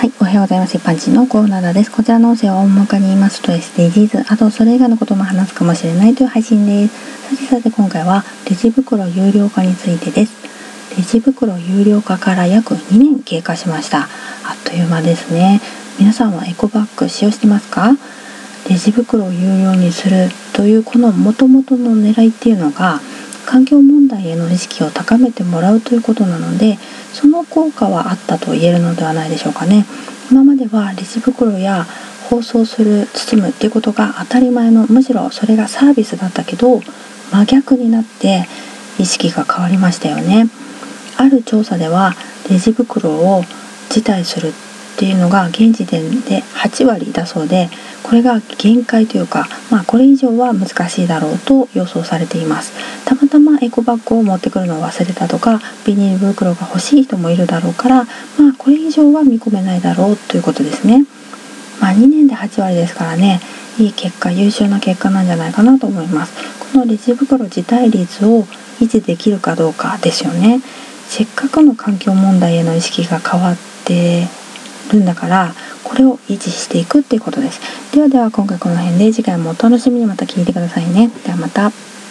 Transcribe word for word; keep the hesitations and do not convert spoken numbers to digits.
はい、おはようございます。一般人のコーナーです。こちらの音声は大まかに言いますと エスディージーズ、あとそれ以外のことも話すかもしれないという配信です。さてさて今回はレジ袋有料化についてです。レジ袋有料化から約にねん経過しました。あっという間ですね。皆さんはエコバッグ使用してますか？レジ袋を有料にするというこの元々の狙いっていうのが環境問題への意識を高めてもらうということなので、その効果はあったと言えるのではないでしょうかね。今まではレジ袋や包装する包むっていうことが当たり前の、むしろそれがサービスだったけど真逆になって意識が変わりましたよね。ある調査ではレジ袋を辞退するっていうのが現時点ではちわりだそうで、これが限界というか、まあこれ以上は難しいだろうと予想されています。たまたまエコバッグを持ってくるのを忘れたとか、ビニール袋が欲しい人もいるだろうから、まあこれ以上は見込めないだろうということですね。まあにねんではちわりですからね、いい結果、優秀な結果なんじゃないかなと思います。このレジ袋辞退率を維持できるかどうかですよね。せっかくの環境問題への意識が変わってるんだから、これを維持していくっていうことです。ではでは今回この辺で、次回もお楽しみにまた聞いてくださいね。ではまた。